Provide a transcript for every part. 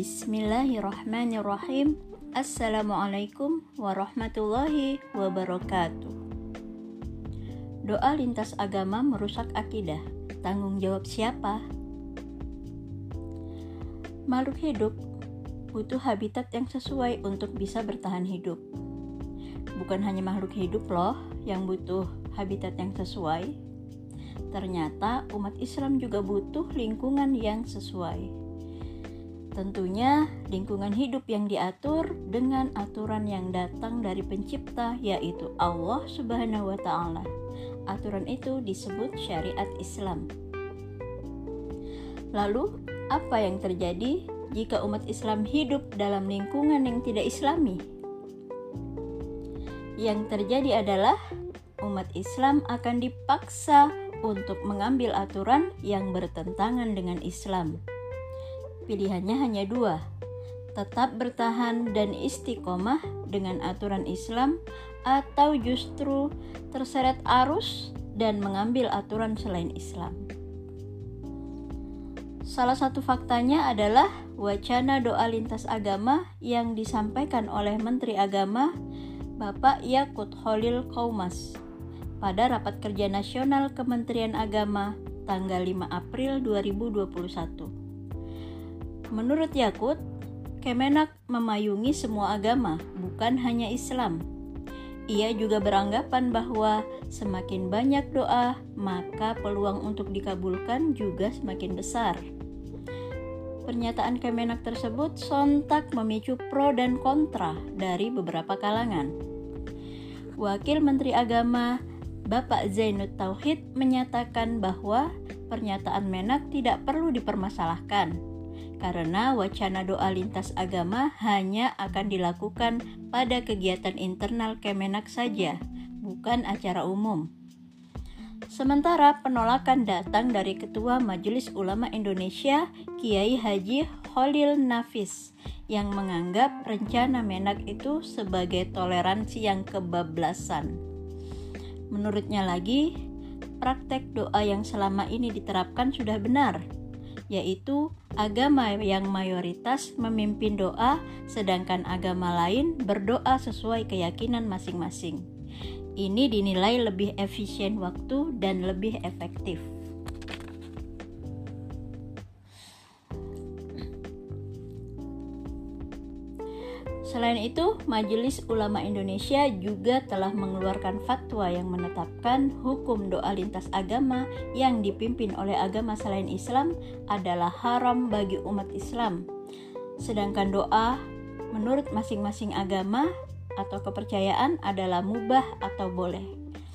Bismillahirrahmanirrahim. Assalamualaikum warahmatullahi wabarakatuh. Doa lintas agama merusak akidah. Tanggung jawab siapa? Makhluk hidup butuh habitat yang sesuai untuk bisa bertahan hidup. Bukan hanya makhluk hidup loh yang butuh habitat yang sesuai. Ternyata umat Islam juga butuh lingkungan yang sesuai. Tentunya lingkungan hidup yang diatur dengan aturan yang datang dari pencipta, yaitu Allah Subhanahu wa Ta'ala. Aturan itu disebut syariat Islam. Lalu, apa yang terjadi jika umat Islam hidup dalam lingkungan yang tidak Islami? Yang terjadi adalah umat Islam akan dipaksa untuk mengambil aturan yang bertentangan dengan Islam. Pilihannya hanya dua, tetap bertahan dan istiqomah dengan aturan Islam, atau justru terseret arus dan mengambil aturan selain Islam. Salah satu faktanya adalah wacana doa lintas agama yang disampaikan oleh Menteri Agama Bapak Yakut Khalil Qaumas pada Rapat Kerja Nasional Kementerian Agama tanggal 5 April 2021. Menurut Yakut, Kemenak memayungi semua agama, bukan hanya Islam. Ia juga beranggapan bahwa semakin banyak doa, maka peluang untuk dikabulkan juga semakin besar. Pernyataan Kemenak tersebut sontak memicu pro dan kontra dari beberapa kalangan. Wakil Menteri Agama Bapak Zainud Tauhid menyatakan bahwa pernyataan Menak tidak perlu dipermasalahkan, karena wacana doa lintas agama hanya akan dilakukan pada kegiatan internal Kemenak saja, bukan acara umum. Sementara penolakan datang dari Ketua Majelis Ulama Indonesia, Kiai Haji Khalil Nafis, yang menganggap rencana Menak itu sebagai toleransi yang kebablasan. Menurutnya lagi, praktek doa yang selama ini diterapkan sudah benar, yaitu agama yang mayoritas memimpin doa, sedangkan agama lain berdoa sesuai keyakinan masing-masing. Ini dinilai lebih efisien waktu dan lebih efektif. Selain itu, Majelis Ulama Indonesia juga telah mengeluarkan fatwa yang menetapkan hukum doa lintas agama yang dipimpin oleh agama selain Islam adalah haram bagi umat Islam. Sedangkan doa menurut masing-masing agama atau kepercayaan adalah mubah atau boleh.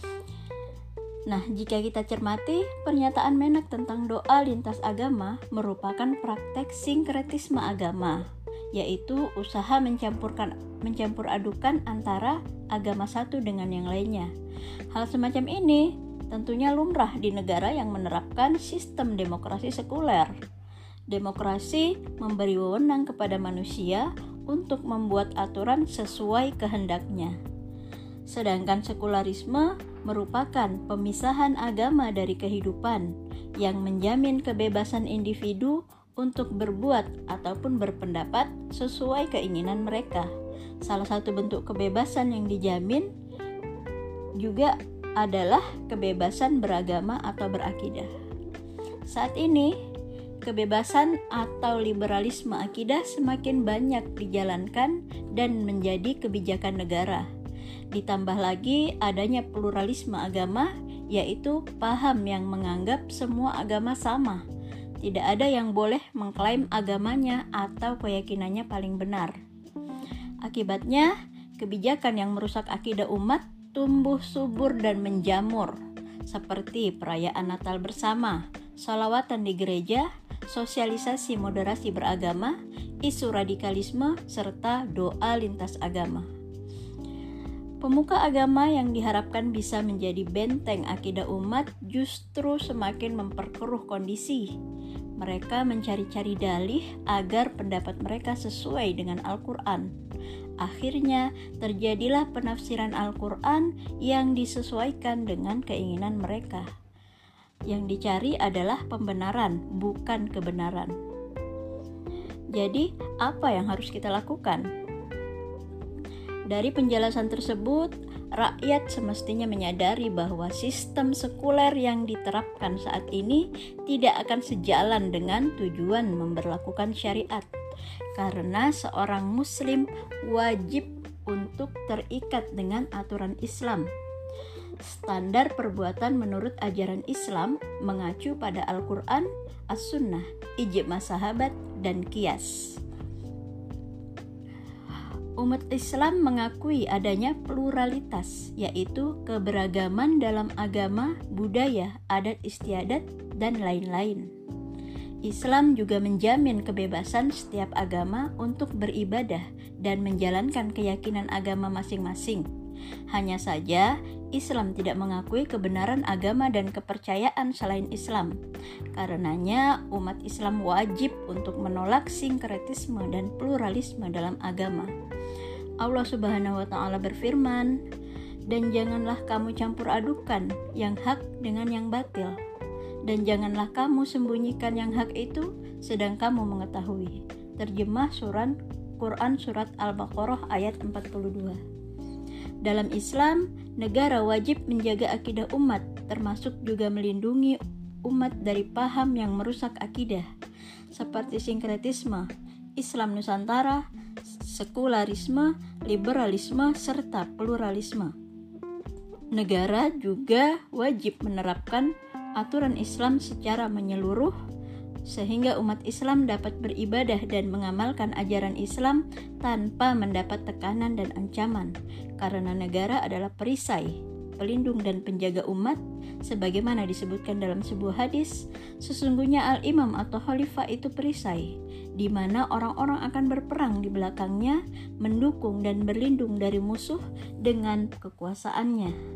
Nah, jika kita cermati, pernyataan Menak tentang doa lintas agama merupakan praktek sinkretisme agama, yaitu usaha mencampur adukan antara agama satu dengan yang lainnya. Hal semacam ini tentunya lumrah di negara yang menerapkan sistem demokrasi sekuler. Demokrasi memberi wewenang kepada manusia untuk membuat aturan sesuai kehendaknya. Sedangkan sekularisme merupakan pemisahan agama dari kehidupan yang menjamin kebebasan individu untuk berbuat ataupun berpendapat sesuai keinginan mereka. Salah satu bentuk kebebasan yang dijamin juga adalah kebebasan beragama atau berakidah. Saat ini, kebebasan atau liberalisme akidah semakin banyak dijalankan dan menjadi kebijakan negara. Ditambah lagi adanya pluralisme agama, yaitu paham yang menganggap semua agama sama. Tidak ada yang boleh mengklaim agamanya atau keyakinannya paling benar. Akibatnya, kebijakan yang merusak akidah umat tumbuh subur dan menjamur, seperti perayaan Natal bersama, sholawatan di gereja, sosialisasi moderasi beragama, isu radikalisme, serta doa lintas agama. Pemuka agama yang diharapkan bisa menjadi benteng akidah umat justru semakin memperkeruh kondisi. Mereka mencari-cari dalih agar pendapat mereka sesuai dengan Al-Quran. Akhirnya terjadilah penafsiran Al-Quran yang disesuaikan dengan keinginan mereka. Yang dicari adalah pembenaran, bukan kebenaran. Jadi, apa yang harus kita lakukan? Dari penjelasan tersebut, rakyat semestinya menyadari bahwa sistem sekuler yang diterapkan saat ini tidak akan sejalan dengan tujuan memberlakukan syariat. Karena seorang muslim wajib untuk terikat dengan aturan Islam. Standar perbuatan menurut ajaran Islam mengacu pada Al-Quran, As-Sunnah, ijma sahabat, dan qiyas. Umat Islam mengakui adanya pluralitas, yaitu keberagaman dalam agama, budaya, adat istiadat, dan lain-lain. Islam juga menjamin kebebasan setiap agama untuk beribadah dan menjalankan keyakinan agama masing-masing. Hanya saja, Islam tidak mengakui kebenaran agama dan kepercayaan selain Islam. Karenanya, umat Islam wajib untuk menolak sinkretisme dan pluralisme dalam agama. Allah Subhanahu wa Ta'ala berfirman, "Dan janganlah kamu campur adukan yang hak dengan yang batil, dan janganlah kamu sembunyikan yang hak itu sedang kamu mengetahui." Terjemah Quran Surat Al-Baqarah ayat 42. Dalam Islam, negara wajib menjaga akidah umat, termasuk juga melindungi umat dari paham yang merusak akidah, seperti sinkretisme, Islam Nusantara, sekularisme, liberalisme, serta pluralisme. Negara juga wajib menerapkan aturan Islam secara menyeluruh, sehingga umat Islam dapat beribadah dan mengamalkan ajaran Islam tanpa mendapat tekanan dan ancaman, karena negara adalah perisai, pelindung dan penjaga umat, sebagaimana disebutkan dalam sebuah hadis, sesungguhnya al-imam atau khalifah itu perisai, di mana orang-orang akan berperang di belakangnya, mendukung dan berlindung dari musuh dengan kekuasaannya.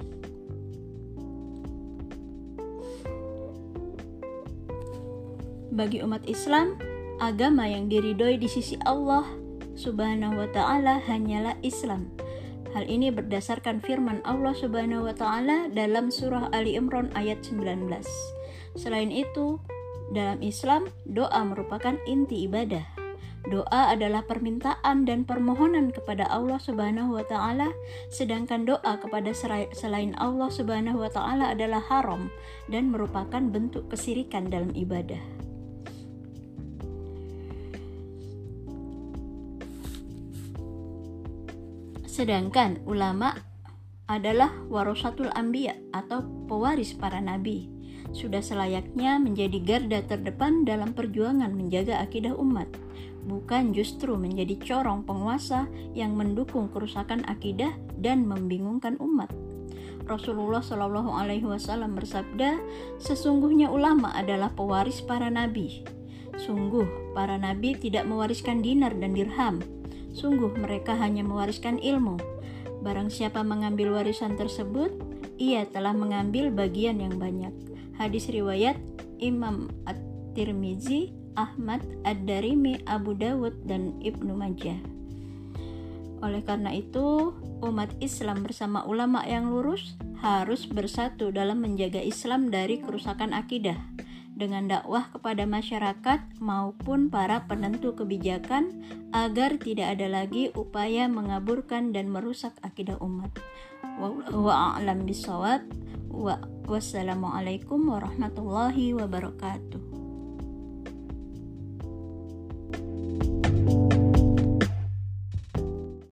Bagi umat Islam, agama yang diridhoi di sisi Allah Subhanahu wa Ta'ala hanyalah Islam. Hal ini berdasarkan firman Allah Subhanahu wa Ta'ala dalam surah Ali Imran ayat 19. Selain itu, dalam Islam, doa merupakan inti ibadah. Doa adalah permintaan dan permohonan kepada Allah Subhanahu wa Ta'ala, sedangkan doa kepada selain Allah Subhanahu wa Ta'ala adalah haram dan merupakan bentuk kesyirikan dalam ibadah. Sedangkan ulama adalah warasatul anbiya atau pewaris para nabi, sudah selayaknya menjadi garda terdepan dalam perjuangan menjaga akidah umat, bukan justru menjadi corong penguasa yang mendukung kerusakan akidah dan membingungkan umat. Rasulullah Shallallahu Alaihi Wasallam bersabda, "Sesungguhnya ulama adalah pewaris para nabi. Sungguh para nabi tidak mewariskan dinar dan dirham. Sungguh mereka hanya mewariskan ilmu. Barang siapa mengambil warisan tersebut, ia telah mengambil bagian yang banyak." Hadis riwayat Imam At-Tirmizi, Ahmad, Ad-Darimi, Abu Dawud, dan Ibnu Majah. Oleh karena itu, umat Islam bersama ulama yang lurus harus bersatu dalam menjaga Islam dari kerusakan akidah, dengan dakwah kepada masyarakat maupun para penentu kebijakan agar tidak ada lagi upaya mengaburkan dan merusak akidah umat. Wa a'lam bishawab. Wassalamualaikum warahmatullahi wabarakatuh.